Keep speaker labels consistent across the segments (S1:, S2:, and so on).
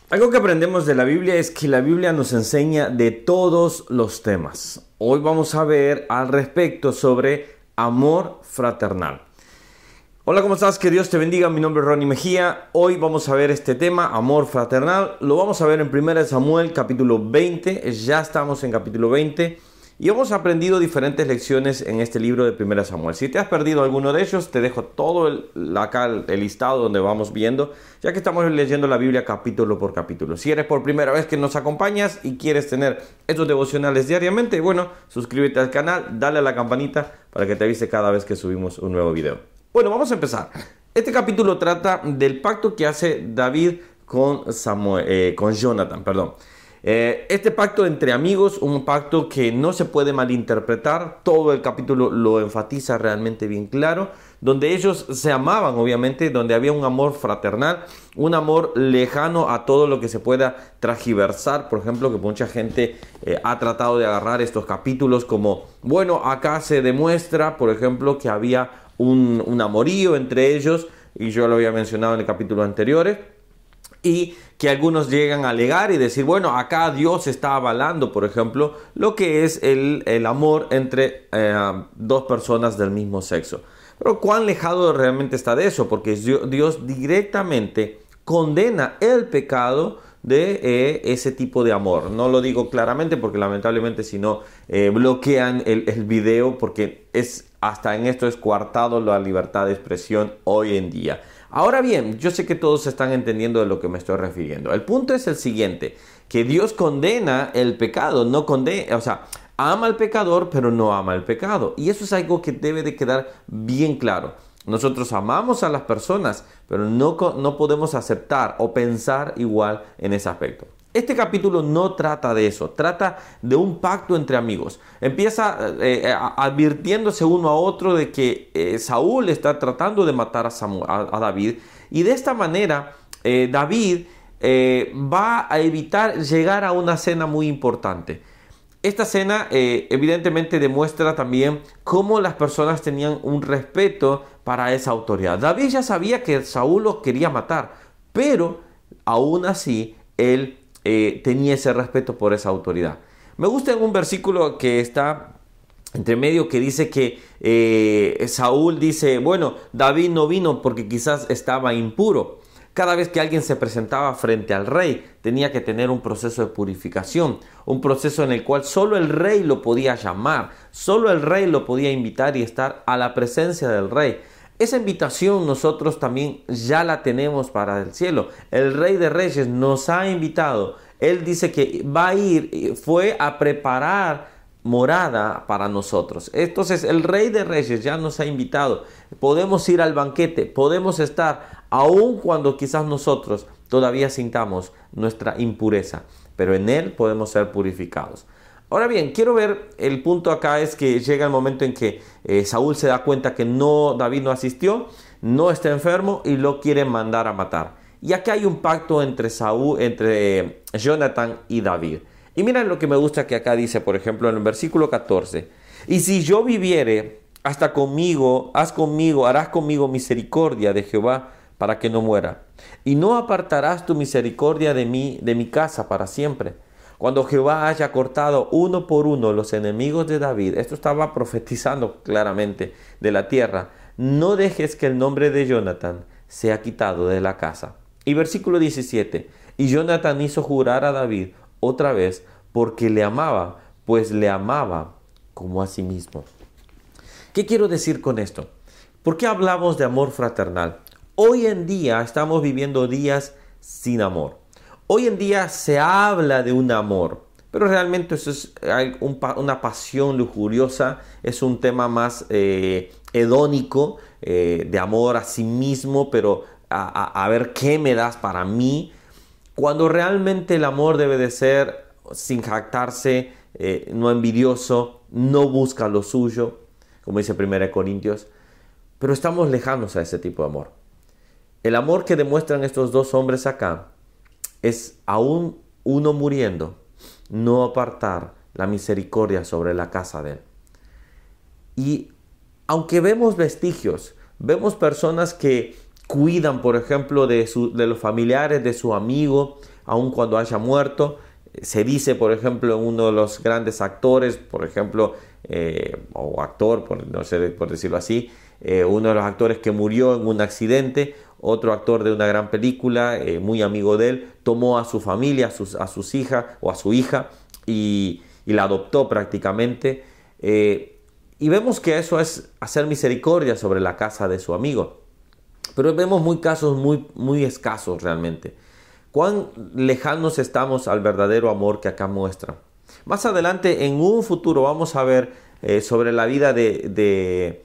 S1: Algo que aprendemos de la Biblia es que la Biblia nos enseña de todos los temas. Hoy vamos a ver al respecto sobre amor fraternal. Hola, ¿cómo estás? Que Dios te bendiga. Mi nombre es Ronnie Mejía. Hoy vamos a ver este tema, amor fraternal. Lo vamos a ver en 1 Samuel capítulo 20. Ya estamos en capítulo 20. Y hemos aprendido diferentes lecciones en este libro de 1 Samuel. Si te has perdido alguno de ellos, te dejo todo el listado donde vamos viendo, ya que estamos leyendo la Biblia capítulo por capítulo. Si eres por primera vez que nos acompañas y quieres tener estos devocionales diariamente, bueno, suscríbete al canal, dale a la campanita para que te avise cada vez que subimos un nuevo video. Bueno, vamos a empezar. Este capítulo trata del pacto que hace David con Jonathan. Este pacto entre amigos, un pacto que no se puede malinterpretar. Todo el capítulo lo enfatiza realmente bien claro, donde ellos se amaban, obviamente, donde había un amor fraternal, un amor lejano a todo lo que se pueda transgiversar. Por ejemplo, que mucha gente ha tratado de agarrar estos capítulos como, bueno, acá se demuestra, por ejemplo, que había un amorío entre ellos, y yo lo había mencionado en el capítulo anterior. Y que algunos llegan a alegar y decir, bueno, acá Dios está avalando, por ejemplo, lo que es el amor entre dos personas del mismo sexo. Pero ¿cuán lejano realmente está de eso? Porque Dios directamente condena el pecado de ese tipo de amor. No lo digo claramente porque lamentablemente si no bloquean el video, porque hasta en esto es coartado la libertad de expresión hoy en día. Ahora bien, yo sé que todos están entendiendo de lo que me estoy refiriendo. El punto es el siguiente, que Dios condena el pecado, no condena, ama al pecador, pero no ama el pecado. Y eso es algo que debe de quedar bien claro. Nosotros amamos a las personas, pero no podemos aceptar o pensar igual en ese aspecto. Este capítulo no trata de eso, trata de un pacto entre amigos. Empieza advirtiéndose uno a otro de que Saúl está tratando de matar a David, y de esta manera David va a evitar llegar a una cena muy importante. Esta cena evidentemente demuestra también cómo las personas tenían un respeto para esa autoridad. David ya sabía que Saúl lo quería matar, pero aún así él tenía ese respeto por esa autoridad. Me gusta en un versículo que está entre medio que dice que Saúl dice, bueno, David no vino porque quizás estaba impuro. Cada vez que alguien se presentaba frente al rey, tenía que tener un proceso de purificación, un proceso en el cual solo el rey lo podía llamar, solo el rey lo podía invitar y estar a la presencia del rey. Esa invitación nosotros también ya la tenemos para el cielo. El Rey de Reyes nos ha invitado. Él dice que va a ir, fue a preparar morada para nosotros. Entonces el Rey de Reyes ya nos ha invitado. Podemos ir al banquete, podemos estar, aun cuando quizás nosotros todavía sintamos nuestra impureza, pero en Él podemos ser purificados. Ahora bien, quiero ver, el punto acá es que llega el momento en que Saúl se da cuenta que David no asistió, no está enfermo y lo quiere mandar a matar. Y acá hay un pacto entre Jonathan y David. Y miren lo que me gusta que acá dice, por ejemplo, en el versículo 14. Y si yo viviere, harás conmigo misericordia de Jehová para que no muera. Y no apartarás tu misericordia de mi casa para siempre. Cuando Jehová haya cortado uno por uno los enemigos de David, esto estaba profetizando claramente de la tierra, no dejes que el nombre de Jonathan sea quitado de la casa. Y versículo 17, y Jonathan hizo jurar a David otra vez porque le amaba, pues le amaba como a sí mismo. ¿Qué quiero decir con esto? ¿Por qué hablamos de amor fraternal? Hoy en día estamos viviendo días sin amor. Hoy en día se habla de un amor, pero realmente eso es una pasión lujuriosa, es un tema más hedónico, de amor a sí mismo, pero a ver qué me das para mí, cuando realmente el amor debe de ser sin jactarse, no envidioso, no busca lo suyo, como dice 1 Corintios, pero estamos lejanos a ese tipo de amor. El amor que demuestran estos dos hombres acá es aún uno muriendo, no apartar la misericordia sobre la casa de él. Y aunque vemos vestigios, vemos personas que cuidan, por ejemplo, de los familiares de su amigo, aun cuando haya muerto. Se dice, por ejemplo, uno de los grandes actores, por ejemplo, o actor, no sé, por decirlo así, uno de los actores que murió en un accidente, otro actor de una gran película, muy amigo de él, tomó a su familia, a sus hijas o a su hija y la adoptó prácticamente. Y vemos que eso es hacer misericordia sobre la casa de su amigo. Pero vemos casos muy escasos realmente. Cuán lejanos estamos al verdadero amor que acá muestra. Más adelante, en un futuro, vamos a ver sobre la vida de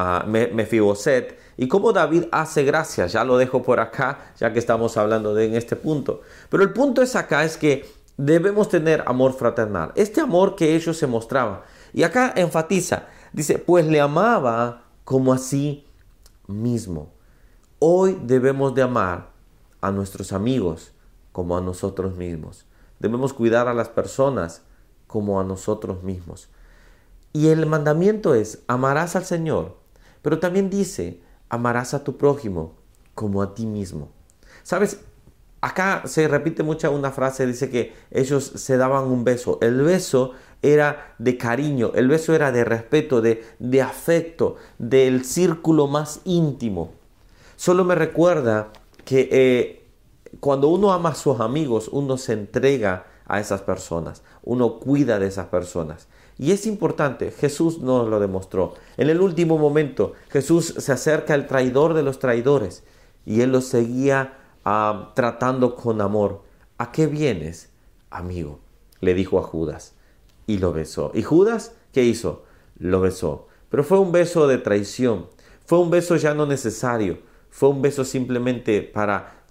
S1: Mefiboset y cómo David hace gracias. Ya lo dejo por acá, ya que estamos hablando en este punto. Pero el punto es que debemos tener amor fraternal. Este amor que ellos se mostraban. Y acá enfatiza, dice, pues le amaba como a sí mismo. Hoy debemos de amar a nuestros amigos como a nosotros mismos. Debemos cuidar a las personas como a nosotros mismos. Y el mandamiento es, amarás al Señor, pero también dice, amarás a tu prójimo como a ti mismo. ¿Sabes? Acá se repite mucho una frase, dice que ellos se daban un beso. El beso era de cariño, el beso era de respeto, de afecto, del círculo más íntimo. Solo me recuerda que cuando uno ama a sus amigos, uno se entrega a esas personas, uno cuida de esas personas. Y es importante, Jesús nos lo demostró. En el último momento, Jesús se acerca al traidor de los traidores y él lo seguía tratando con amor. ¿A qué vienes, amigo?, le dijo a Judas y lo besó. ¿Y Judas qué hizo? Lo besó. Pero fue un beso de traición, fue un beso ya no necesario. Fue un beso simplemente para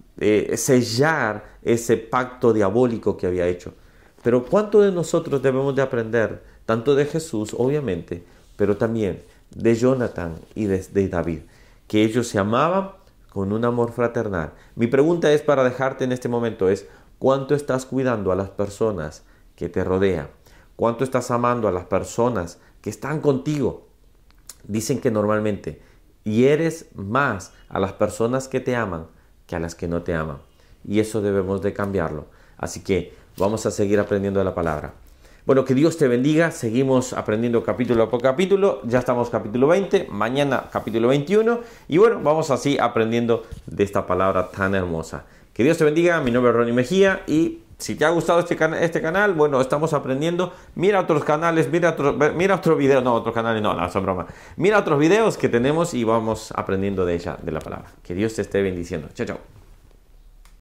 S1: sellar ese pacto diabólico que había hecho. Pero ¿cuánto de nosotros debemos de aprender? Tanto de Jesús, obviamente, pero también de Jonathan y de David. Que ellos se amaban con un amor fraternal. Mi pregunta es para dejarte en este momento es, ¿cuánto estás cuidando a las personas que te rodean? ¿Cuánto estás amando a las personas que están contigo? Dicen que normalmente hieres más a las personas que te aman que a las que no te aman. Y eso debemos de cambiarlo. Así que vamos a seguir aprendiendo de la palabra. Bueno, que Dios te bendiga. Seguimos aprendiendo capítulo por capítulo. Ya estamos capítulo 20. Mañana capítulo 21. Y bueno, vamos así aprendiendo de esta palabra tan hermosa. Que Dios te bendiga. Mi nombre es Ronnie Mejía y si te ha gustado este canal, bueno, estamos aprendiendo. Mira otros canales, mira otro video. No, otros canales no, son broma. Mira otros videos que tenemos y vamos aprendiendo de la palabra. Que Dios te esté bendiciendo. Chao, chao.